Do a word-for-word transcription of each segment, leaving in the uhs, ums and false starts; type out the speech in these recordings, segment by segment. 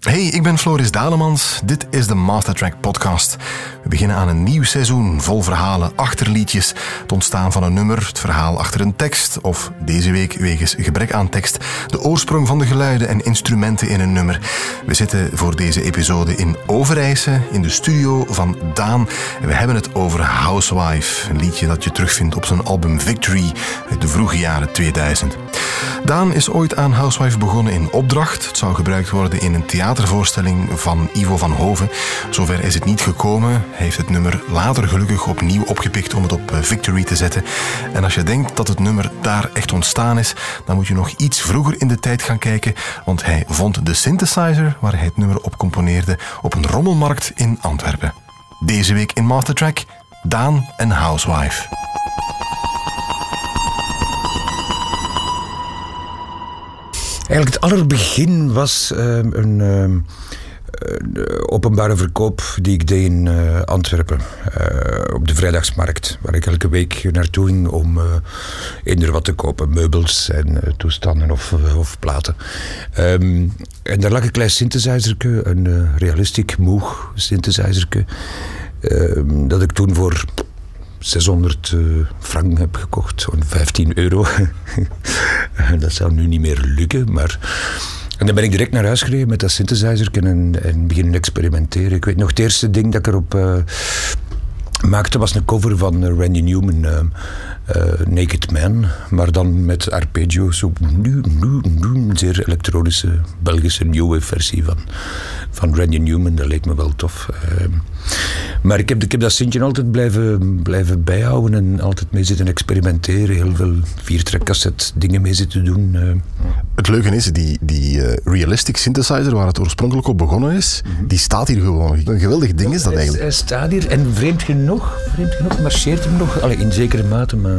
Hey, ik ben Floris Dalemans. Dit is de Mastertrack podcast. We beginnen aan een nieuw seizoen vol verhalen achter liedjes. Het ontstaan van een nummer, het verhaal achter een tekst of deze week wegens gebrek aan tekst de oorsprong van de geluiden en instrumenten in een nummer. We zitten voor deze episode in Overijse, in de studio van Daan. En we hebben het over Housewife, een liedje dat je terugvindt op zijn album Victory uit de vroege jaren tweeduizend. Daan is ooit aan Housewife begonnen in opdracht. Het zou gebruikt worden in een theatervoorstelling van Ivo van Hoven. Zover is het niet gekomen. Hij heeft het nummer later gelukkig opnieuw opgepikt om het op Victory te zetten. En als je denkt dat het nummer daar echt ontstaan is, dan moet je nog iets vroeger in de tijd gaan kijken, want hij vond de synthesizer waar hij het nummer op componeerde op een rommelmarkt in Antwerpen. Deze week in Mastertrack, Daan en Housewife. Eigenlijk het allerbegin was uh, een uh, openbare verkoop die ik deed in uh, Antwerpen. Uh, op de vrijdagsmarkt, waar ik elke week naartoe ging om uh, eender wat te kopen. Meubels en uh, toestanden of, uh, of platen. Um, en daar lag een klein synthesizerke, een uh, realistiek Moog synthesizerke. Uh, dat ik toen voor zeshonderd uh, frank heb gekocht, zo'n vijftien euro. Dat zou nu niet meer lukken, maar... En dan ben ik direct naar huis gereden met dat synthesizer en, en beginnen experimenteren. Ik weet nog, het eerste ding dat ik erop uh, maakte was een cover van uh, Randy Newman, uh, uh, Naked Man, maar dan met arpeggio's, zo nu, nu, nu, een zeer elektronische Belgische nieuwe versie van, van Randy Newman. Dat leek me wel tof. Uh, maar ik heb, ik heb dat Sintje altijd blijven, blijven bijhouden en altijd mee zitten experimenteren. Heel veel viertrekcassette dingen mee zitten doen. Uh. Het leuke is, die, die uh, realistic synthesizer waar het oorspronkelijk op begonnen is, mm-hmm. die staat hier gewoon. Een geweldig ding is dat eigenlijk. Hij staat hier en vreemd genoeg, vreemd genoeg marcheert hem nog. Allee, in zekere mate, maar...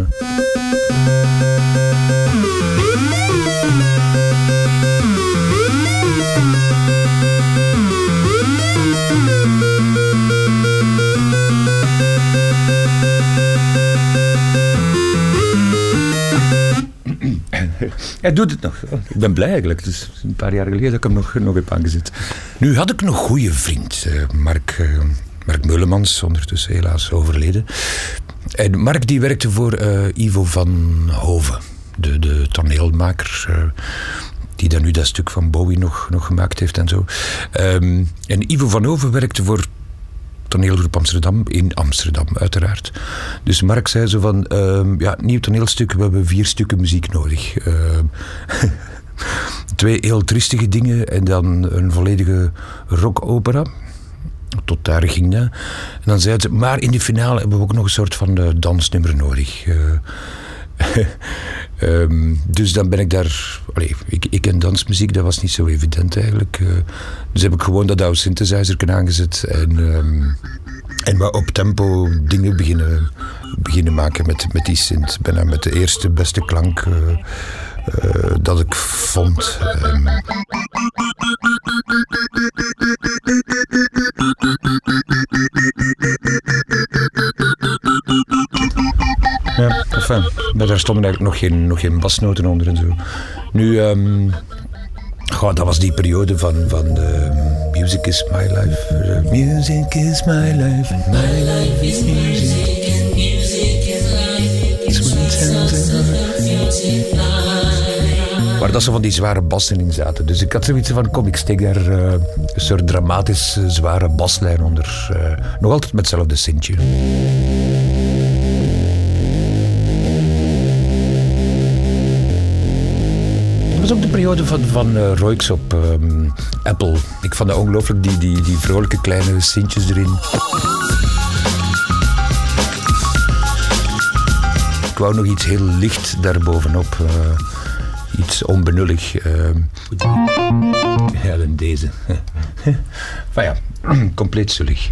Hij doet het nog. Ik ben blij eigenlijk. Het is een paar jaar geleden dat ik hem nog, nog heb aangezet. Nu had ik nog een goede vriend. Mark, uh, Mark Meulemans, ondertussen helaas overleden. En Mark die werkte voor uh, Ivo van Hoven. De, de toneelmaker. Uh, die dan nu dat stuk van Bowie nog, nog gemaakt heeft en zo. Um, en Ivo van Hoven werkte voor Toneelgroep Amsterdam in Amsterdam, uiteraard. Dus Mark zei zo van, uh, ja, nieuw toneelstuk, we hebben vier stukken muziek nodig. Uh, twee heel triestige dingen en dan een volledige rockopera. Tot daar ging dat. En dan zei ze, maar in de finale hebben we ook nog een soort van uh, dansnummer nodig. Uh, um, dus dan ben ik daar... Allee, ik, ik ken dansmuziek, dat was niet zo evident eigenlijk. Uh, dus heb ik gewoon dat oude synthesizer aangezet en, um, en wat op tempo dingen beginnen, beginnen maken met, met die synth. Bijna met de eerste beste klank uh, uh, dat ik vond. Um. Ja, enfin, maar daar stonden eigenlijk nog geen, nog geen basnoten onder en zo. Nu, um, goh, dat was die periode van, van uh, Music is my life. Uh, music is my life. And my life is music. And music is life. Sweet sounds and music life. Waar dat ze van die zware bassen in zaten. Dus ik had zoiets van, kom, ik steek daar uh, een soort dramatisch uh, zware baslijn onder. Uh, nog altijd met hetzelfde sintje. Dat was ook de periode van, van uh, Roix op um, Apple. Ik vond dat ongelooflijk, die, die, die vrolijke kleine sintjes erin. Ik wou nog iets heel licht daarbovenop. Uh, iets onbenullig. Uh, ja, dan deze. Van ja, compleet zullig.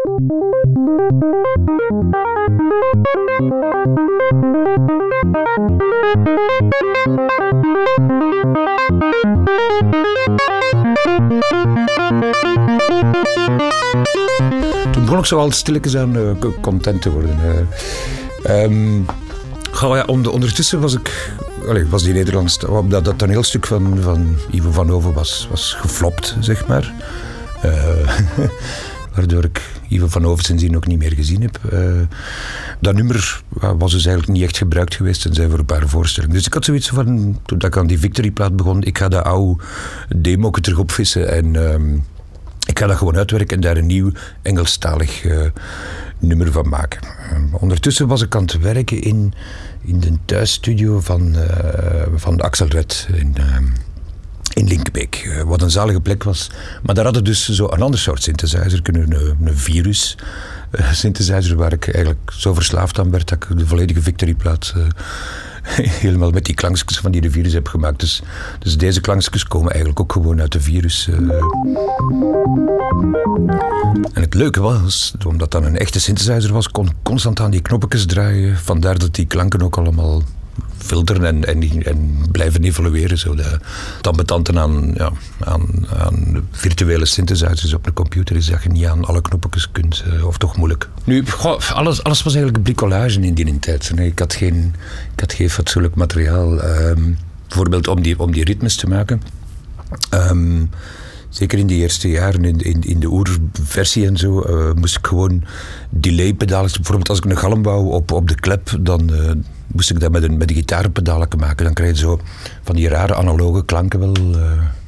Toen begon ik zo al stilletjes aan uh, content te worden. Uh, um, Goh, ja, onder, ondertussen was ik allee, was die Nederlands... Dat, dat toneelstuk van, van Ivo van Hove was, was geflopt, zeg maar. Uh, waardoor ik Ivo van Hove sindsdien ook niet meer gezien heb. Uh, dat nummer was dus eigenlijk niet echt gebruikt geweest en zijn voor een paar voorstellingen. Dus ik had zoiets van, toen ik aan die Victory-plaat begon, ik ga dat oude demo terug opvissen en um, ik ga dat gewoon uitwerken en daar een nieuw Engelstalig uh, nummer van maken. Um, ondertussen was ik aan het werken in, in de thuisstudio van, uh, van Axel Red in... Um, in Linkebeek, wat een zalige plek was. Maar daar hadden dus zo een ander soort synthesizer, een, een virus uh, synthesizer, waar ik eigenlijk zo verslaafd aan werd dat ik de volledige Victory-plaat uh, helemaal met die klankjes van die de virus heb gemaakt. Dus, dus deze klankjes komen eigenlijk ook gewoon uit de virus. Uh. En het leuke was, omdat dat een echte synthesizer was, kon ik constant aan die knoppetjes draaien. Vandaar dat die klanken ook allemaal filteren en, en, en blijven evolueren. Zo de, het ambetante aan, ja, aan, aan virtuele synthesizers op een computer is dat je niet aan alle knopjes kunt, uh, of toch moeilijk. Nu, goh, alles, alles was eigenlijk bricolage in die tijd. Nee, ik, had geen, ik had geen fatsoenlijk materiaal. Um, bijvoorbeeld om die, om die ritmes te maken. Um, Zeker in die eerste jaren, in, in, in de oerversie en zo, uh, moest ik gewoon delay-pedalen. Bijvoorbeeld als ik een galm wou op, op de klep, dan uh, moest ik dat met een, met een gitarenpedalen maken. Dan krijg je zo van die rare analoge klanken wel. Uh.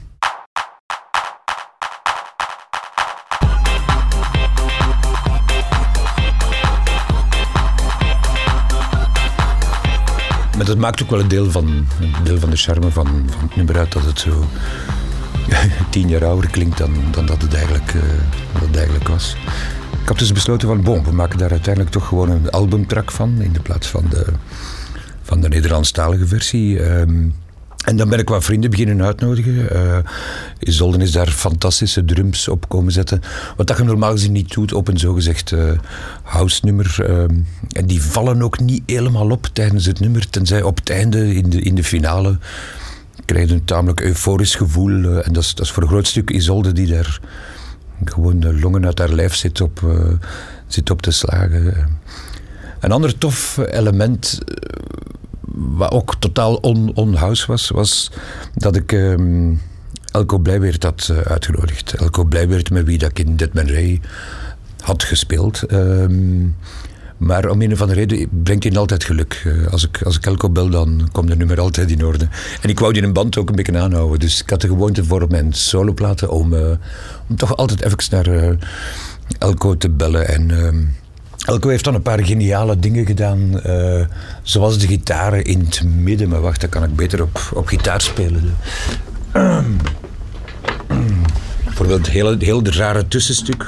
Maar dat maakt ook wel een deel van, een deel van de charme van, van het nummer uit, dat het zo tien jaar ouder klinkt dan, dan dat, het eigenlijk, uh, dat het eigenlijk was. Ik heb dus besloten van, bon, we maken daar uiteindelijk toch gewoon een albumtrack van, in de plaats van de, van de Nederlandstalige versie. Um, en dan ben ik wat vrienden beginnen uitnodigen. Uh, Isolde is daar fantastische drums op komen zetten. Wat dat je normaal gezien niet doet op een zogezegd uh, house nummer. Um, en die vallen ook niet helemaal op tijdens het nummer, tenzij op het einde, in de, in de finale, krijg je een tamelijk euforisch gevoel. Uh, en dat is, dat is voor een groot stuk Isolde die daar gewoon de longen uit haar lijf zit op, uh, zit op te slagen. Een ander tof element, uh, wat ook totaal on, on-house was, was dat ik um, Elko Blijweert had uh, uitgenodigd. Elko Blijweert, met wie dat ik in Dead Man Ray had gespeeld. Um, Maar om een of andere reden brengt hij altijd geluk. Als ik, als ik Elko bel, dan komt de nummer altijd in orde. En ik wou die in een band ook een beetje aanhouden. Dus ik had de gewoonte voor mijn soloplaten om, uh, om toch altijd even naar uh, Elko te bellen. En uh, Elko heeft dan een paar geniale dingen gedaan. Uh, zoals de gitaren in het midden. Maar wacht, dan kan ik beter op, op gitaar spelen. Uh, bijvoorbeeld het hele, heel de rare tussenstuk.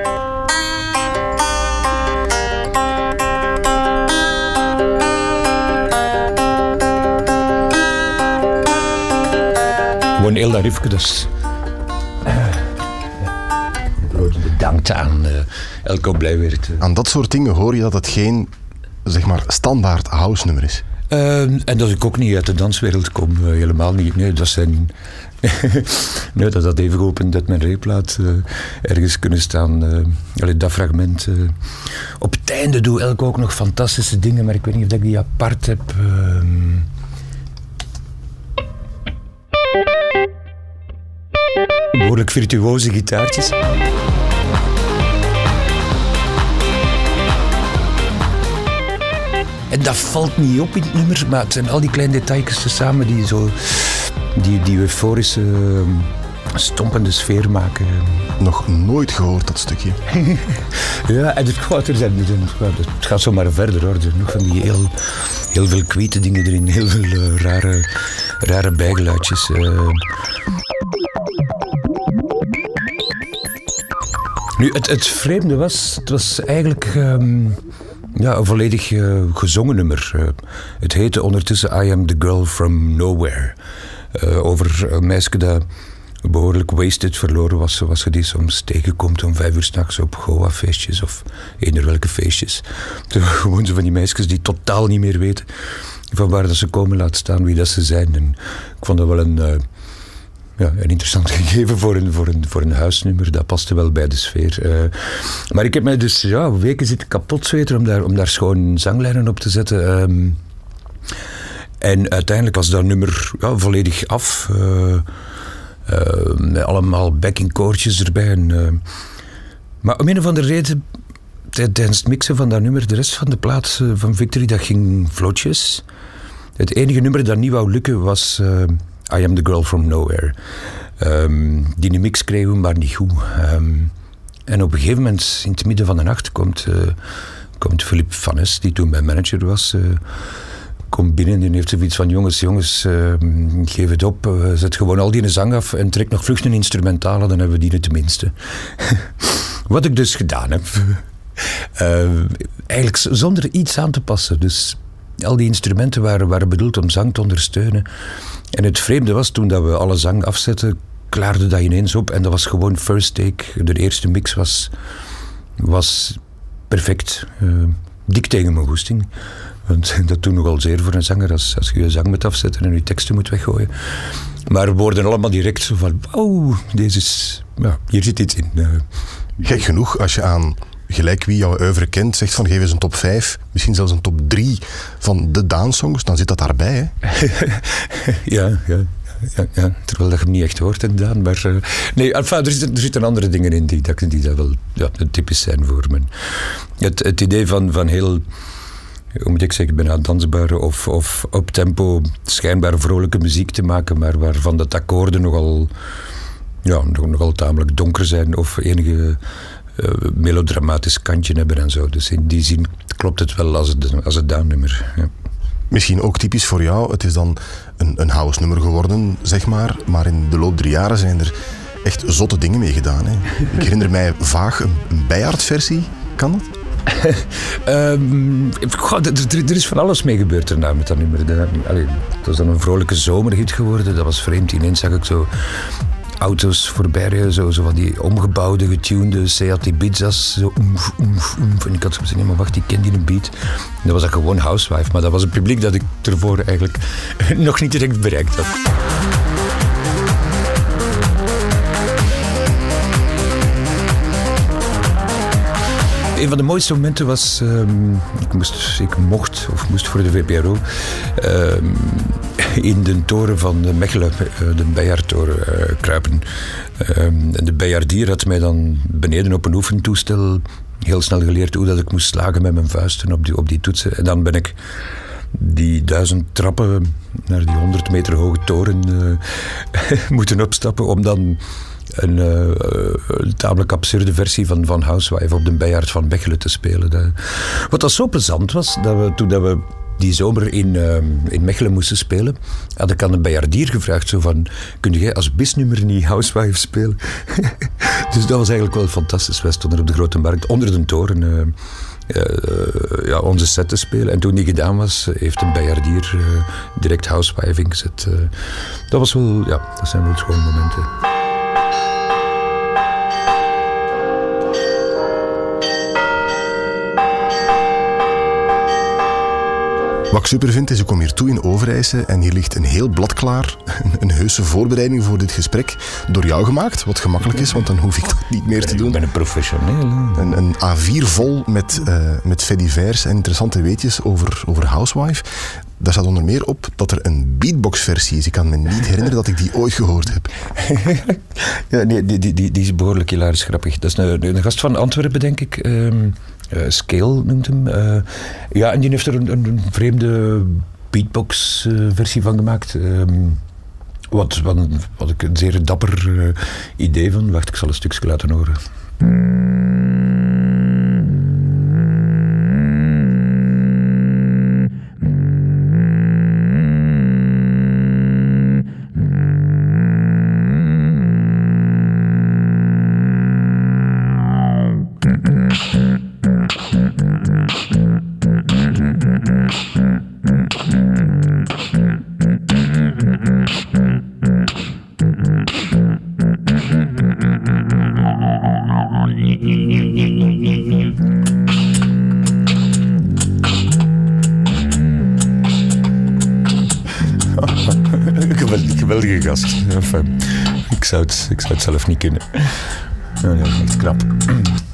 Gewoon heel dat riffje, dus uh, grote bedankt aan uh, Elko Blijweert. Uh. Aan dat soort dingen hoor je dat het geen, zeg maar, standaard house nummer is. Uh, en dat ik ook niet uit de danswereld kom, uh, helemaal niet. Nee, dat zijn... nee, dat had even op een Dead Man Ray plaat uh, ergens kunnen staan. Uh, allee, dat fragment. Uh. Op het einde doe Elko ook nog fantastische dingen, maar ik weet niet of ik die apart heb... Uh, behoorlijk virtuoze gitaartjes. En dat valt niet op in het nummer, maar het zijn al die kleine detailjes samen die zo die, die euforische, stompende sfeer maken. Nog nooit gehoord, dat stukje. Ja, en het gaat, er zijn, het gaat zomaar verder hoor. Er zijn nog van die heel, heel veel kwiete dingen erin, heel veel uh, rare, rare bijgeluidjes. Uh. Nu, het, het vreemde was, het was eigenlijk um, ja, een volledig uh, gezongen nummer. Uh, het heette ondertussen I Am The Girl From Nowhere. Uh, over een meisje dat behoorlijk wasted verloren was, zoals je die soms tegenkomt om vijf uur 's nachts op Goa-feestjes of eender welke feestjes. Zo, gewoon zo van die meisjes die totaal niet meer weten van waar dat ze komen, laat staan wie dat ze zijn. En ik vond dat wel een... Uh, Ja, een interessant gegeven voor een, voor, een, voor een huisnummer. Dat paste wel bij de sfeer. Uh, maar ik heb mij dus ja, weken zitten kapot zweten om daar, om daar schoon zanglijnen op te zetten. Um, En uiteindelijk was dat nummer ja, volledig af. Uh, uh, met allemaal backingkoortjes erbij. En, uh, maar om een of andere reden, tijdens het mixen van dat nummer, de rest van de plaat uh, van Victory, dat ging vlotjes. Het enige nummer dat niet wou lukken was uh, I Am The Girl From Nowhere. Um, die mix kregen we maar niet goed. Um, en op een gegeven moment, in het midden van de nacht, komt, uh, komt Philippe Vannes, die toen mijn manager was, uh, komt binnen en heeft zoiets van, jongens, jongens, uh, geef het op, uh, zet gewoon al die zang af en trek nog vlug een instrumentale, dan hebben we die het tenminste. Wat ik dus gedaan heb. Uh, eigenlijk zonder iets aan te passen. Dus al die instrumenten waren, waren bedoeld om zang te ondersteunen. En het vreemde was, toen dat we alle zang afzetten, klaarde dat ineens op. En dat was gewoon first take. De eerste mix was, was perfect. Uh, dik tegen mijn goesting. Want dat doet nogal zeer voor een zanger als, als je je zang moet afzetten en je teksten moet weggooien. Maar we worden allemaal direct zo van, wauw, deze is, ja, hier zit iets in. Uh, Gek genoeg, als je aan gelijk wie jouw oeuvre kent, zegt van geef eens een top vijf, misschien zelfs een top drie van de Daan-songs, dan zit dat daarbij, hè? ja, ja. Ja, ja, terwijl dat je hem niet echt hoort inderdaad. Maar uh, nee, enfin, er, zitten, er zitten andere dingen in die, die dat wel ja, typisch zijn voor me. Het, het idee van, van heel, hoe moet ik zeggen, bijna dansbare of, of op tempo schijnbaar vrolijke muziek te maken, maar waarvan de akkoorden nogal, ja, nogal tamelijk donker zijn of enige uh, melodramatisch kantje hebben en zo. Dus in die zin klopt het wel als het, als het Daan-nummer. Ja. Misschien ook typisch voor jou, het is dan een, een house nummer geworden, zeg maar. Maar in de loop der jaren zijn er echt zotte dingen mee gedaan. Hè. Ik herinner mij vaag een, een Beyaard-versie. Kan dat? um, God, er, er is van alles mee gebeurd daarna met dat nummer. De, allee, het was dan een vrolijke zomerhit geworden. Dat was vreemd. Ineens zag ik zo auto's voorbij rijden, zo, zo van die omgebouwde, getunede Seat Ibiza's. Zo oemf, oemf, oemf. En ik had zo'n zin, maar wacht, die kent die een beat. En dat was dat gewoon Housewife. Maar dat was een publiek dat ik ervoor eigenlijk nog niet direct bereikt had. Een van de mooiste momenten was, um, ik, moest, ik mocht of moest voor de V P R O um, in de toren van de Mechelen, de Beyaardtoren, uh, kruipen. Um, en de Beyaardier had mij dan beneden op een oefentoestel heel snel geleerd hoe dat ik moest slagen met mijn vuisten op die, op die toetsen. En dan ben ik die duizend trappen naar die honderd meter hoge toren uh, moeten opstappen om dan Een, uh, een tamelijk absurde versie van, van Housewife op de Beyaard van Mechelen te spelen. Dat, wat dat zo plezant was, dat we, toen dat we die zomer in, uh, in Mechelen moesten spelen, had ik aan een Beyaardier gevraagd, zo van, kun jij als bisnummer niet Housewife spelen? Dus dat was eigenlijk wel fantastisch. Wij stonden op de Grote Markt, onder de toren, uh, uh, ja, onze set te spelen. En toen die gedaan was, heeft een Beyaardier uh, direct Housewife ingezet. Uh, dat was wel, ja, dat zijn wel schone momenten. Wat ik super vind is, ik kom hier toe in Overijse en hier ligt een heel blad klaar, een heuse voorbereiding voor dit gesprek, door jou gemaakt, wat gemakkelijk is, want dan hoef ik dat niet meer te doen. Ik ben een professioneel. Een, een A vier vol met, uh, met faits en interessante weetjes over, over Housewife. Daar staat onder meer op dat er een beatbox-versie is. Ik kan me niet herinneren dat ik die ooit gehoord heb. Ja, nee, die, die, die, die is behoorlijk hilarisch grappig. Dat is een, een gast van Antwerpen, denk ik. Um, uh, Scale noemt hem. Uh, ja, en die heeft er een, een vreemde beatbox-versie uh, van gemaakt. Um, wat, wat, wat ik een zeer dapper uh, idee van. Wacht, ik zal een stukje laten horen. Geweldige gast. Enfin, ik, zou het, ik zou het zelf niet kunnen. Ja, nee, echt knap. Het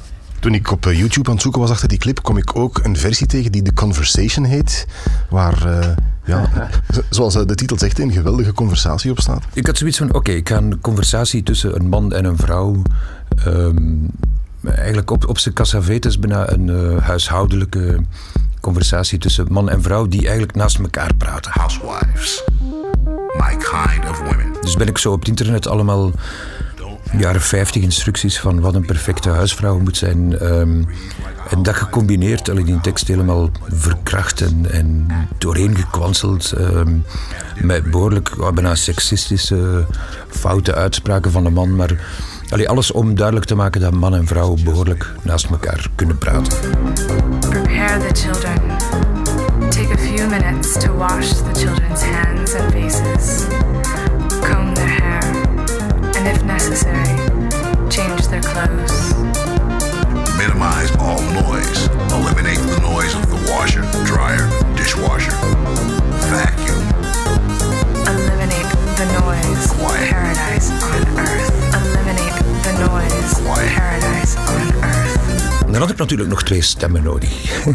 Toen ik op YouTube aan het zoeken was achter die clip, kom ik ook een versie tegen die The Conversation heet. Waar, uh, ja, zoals de titel zegt, een geweldige conversatie op staat. Ik had zoiets van, oké, okay, ik ga een conversatie tussen een man en een vrouw... Um, eigenlijk op, op zijn cassavetes bijna een uh, huishoudelijke conversatie tussen man en vrouw die eigenlijk naast elkaar praten. Housewives. My kind of women. Dus ben ik zo op het internet allemaal jaren vijftig instructies van wat een perfecte huisvrouw moet zijn. Um, en dat gecombineerd, al die tekst helemaal verkracht en, en doorheen gekwanseld. Um, met behoorlijk uh, bijna seksistische foute uitspraken van de man. Maar allee, alles om duidelijk te maken dat man en vrouw behoorlijk naast elkaar kunnen praten. Prepare the children. Take a few minutes to wash the children's hands and faces. Comb their hair. And if necessary, change their clothes. Minimize all noise. Eliminate the noise of the washer, dryer, dishwasher. Vacuum. Eliminate the noise. Quiet. Paradise on earth. Eliminate the noise. Quiet. Paradise on earth. Dan had ik natuurlijk nog twee stemmen nodig.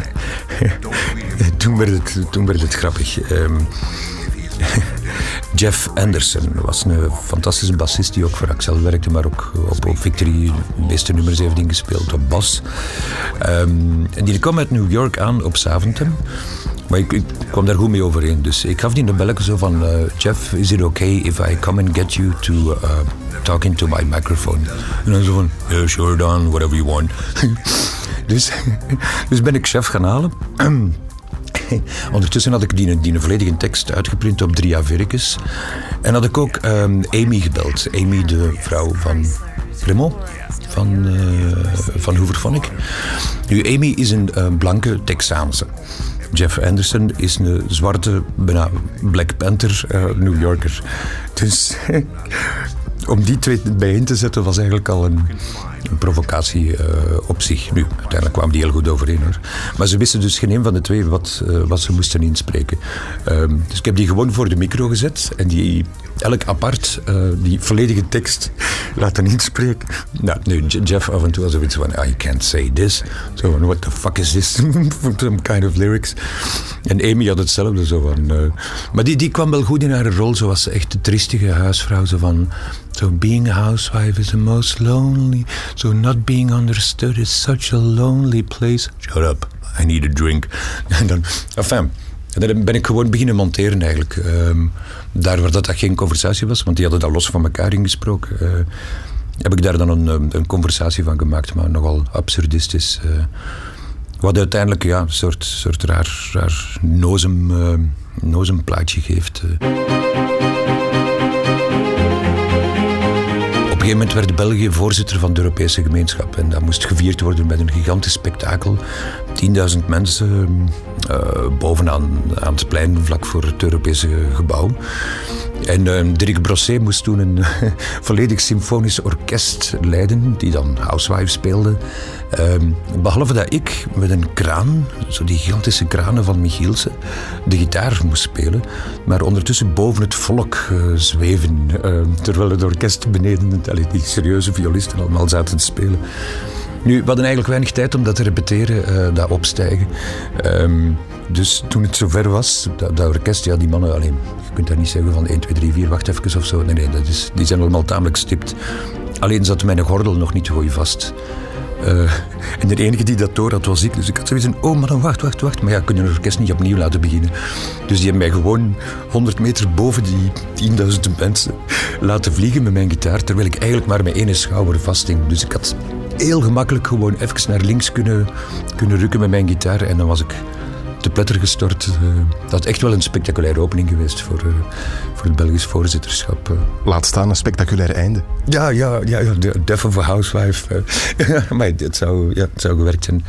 toen, werd het, toen werd het grappig. Um, Jeff Anderson was een fantastische bassist die ook voor Axel werkte, maar ook op, op Victory de meeste nummers heeft ingespeeld op bas. Um, en die kwam uit New York aan op Zaventem. Maar ik, ik kwam daar goed mee overeen. Dus ik gaf die een belletje zo van... Uh, Jeff, is it okay if I come and get you to uh, talk into my microphone? En dan zo van... Yeah, sure, Don, whatever you want. dus, dus ben ik Jeff gaan halen. Ondertussen had ik die, die een volledige tekst uitgeprint op drie A vier''tjes. En had ik ook um, Amy gebeld. Amy, de vrouw van Raymond. Van, uh, van Hooverphonic. Nu, Amy is een uh, blanke Texaanse. Jeff Anderson is een zwarte, bijna Black Panther uh, New Yorker. Dus om die twee bijeen te zetten was eigenlijk al een, een provocatie uh, op zich. Nu, uiteindelijk kwamen die heel goed overeen, hoor. Maar ze wisten dus geen een van de twee wat, uh, wat ze moesten inspreken. Um, dus ik heb die gewoon voor de micro gezet en die elk apart uh, die volledige tekst laten inspreken. Nou, nu, Jeff af en toe was zoiets van, oh, you can't say this. Zo van, what the fuck is this? Some kind of lyrics. En Amy had hetzelfde, zo van... Uh, maar die, die kwam wel goed in haar rol, zoals echt de triestige huisvrouw, zo van... So being a housewife is the most lonely. So not being understood is such a lonely place. Shut up, I need a drink. En dan, enfin... En dan ben ik gewoon beginnen monteren eigenlijk. Um, daar waar dat, dat geen conversatie was, want die hadden dat los van elkaar ingesproken. Uh, heb ik daar dan een, een conversatie van gemaakt, maar nogal absurdistisch. Uh, wat uiteindelijk ja, een soort, soort raar, raar nozem, uh, nozem plaatje geeft. Uh. Op een gegeven moment werd België voorzitter van de Europese gemeenschap. En dat moest gevierd worden met een gigantisch spektakel. tienduizend mensen uh, bovenaan aan het plein vlak voor het Europese gebouw. En uh, Dirk Brosset moest toen een uh, volledig symfonisch orkest leiden, die dan Housewives speelde. Uh, behalve dat ik met een kraan, zo die gigantische kranen van Michielsen, de gitaar moest spelen, maar ondertussen boven het volk uh, zweven, uh, terwijl het orkest beneden, allee, die serieuze violisten allemaal zaten te spelen. Nu, we hadden eigenlijk weinig tijd om dat te repeteren, uh, dat opstijgen. Um, dus toen het zover was, dat, dat orkest, ja, die mannen, alleen, je kunt daar niet zeggen van één, twee, drie, vier, wacht even of zo. Nee, nee, dat is, die zijn allemaal tamelijk stipt. Alleen zat mijn gordel nog niet goed vast. Uh, en de enige die dat door had, was ik. Dus ik had zoiets van, oh, maar dan wacht, wacht, wacht. Maar ja, kunnen het orkest niet opnieuw laten beginnen. Dus die hebben mij gewoon honderd meter boven die tienduizend mensen laten vliegen met mijn gitaar, terwijl ik eigenlijk maar met één schouder vasthing. Dus ik had heel gemakkelijk gewoon even naar links kunnen, kunnen rukken met mijn gitaar en dan was ik te pletter gestort. Uh, dat had echt wel een spectaculaire opening geweest voor, uh, voor het Belgisch voorzitterschap. Uh. Laat staan een spectaculair einde. Ja, ja, ja, ja Death of a Housewife. Uh. Maar het zou, ja, het zou gewerkt zijn.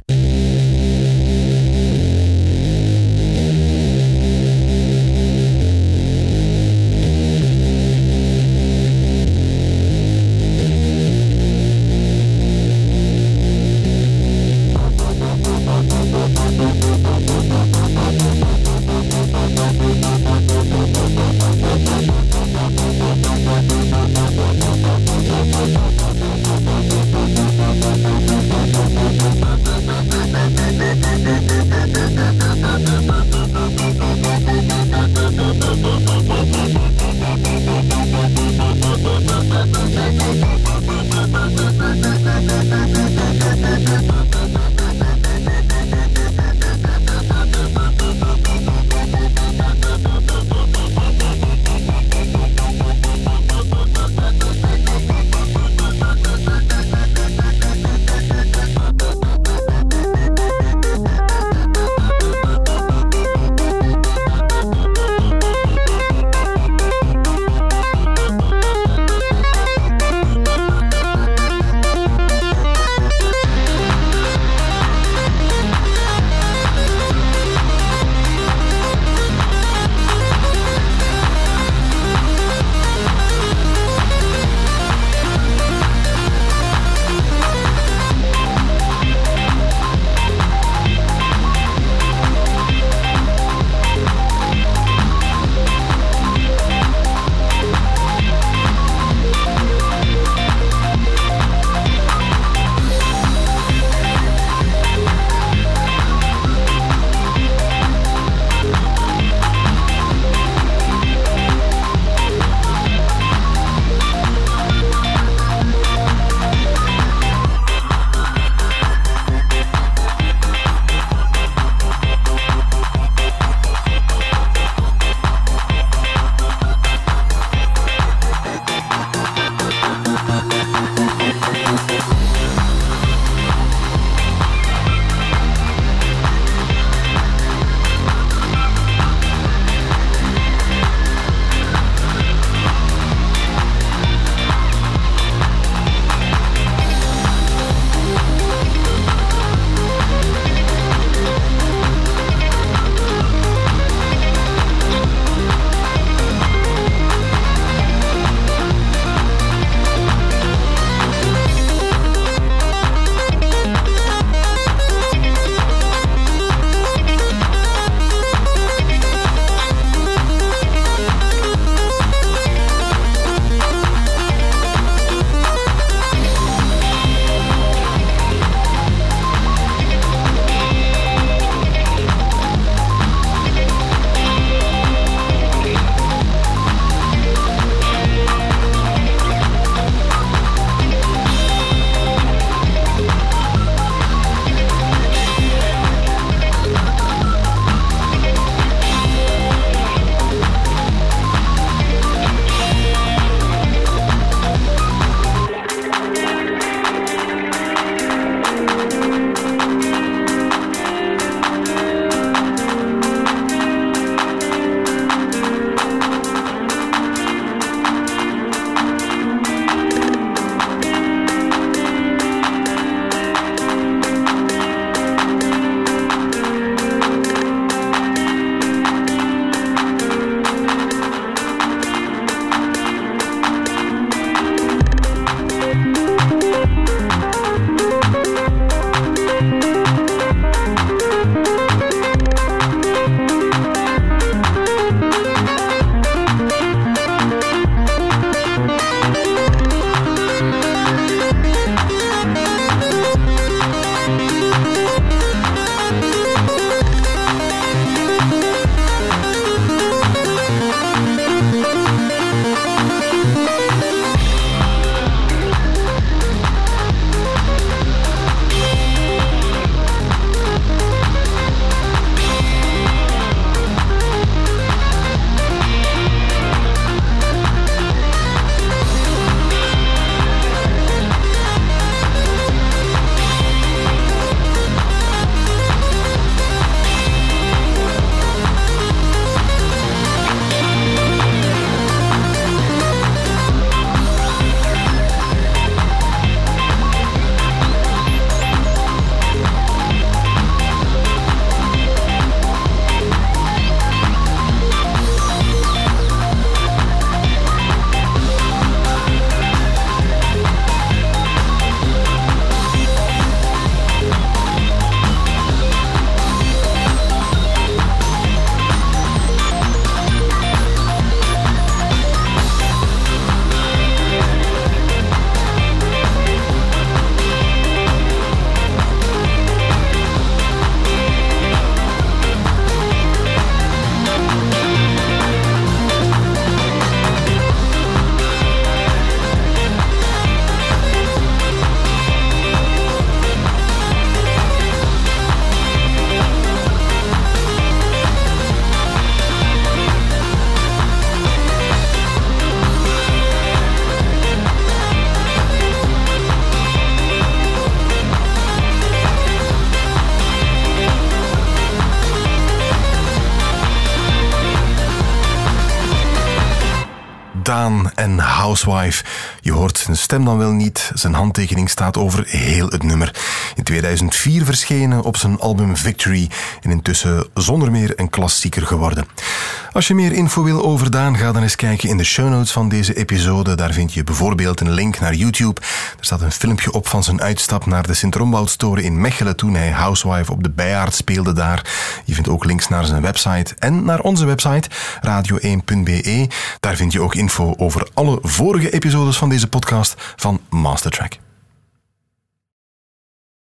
Daan en Housewife. Je hoort zijn stem dan wel niet, zijn handtekening staat over heel het nummer. In tweeduizend vier verschenen op zijn album Victory en intussen zonder meer een klassieker geworden. Als je meer info wil over Daan, ga dan eens kijken in de show notes van deze episode. Daar vind je bijvoorbeeld een link naar YouTube. Er staat een filmpje op van zijn uitstap naar de Sint-Romboudstoren in Mechelen toen hij Housewife op de Bijaard speelde daar. Je vindt ook links naar zijn website en naar onze website radio één punt b e. Daar vind je ook info over alle vorige episodes van deze podcast van Mastertrack.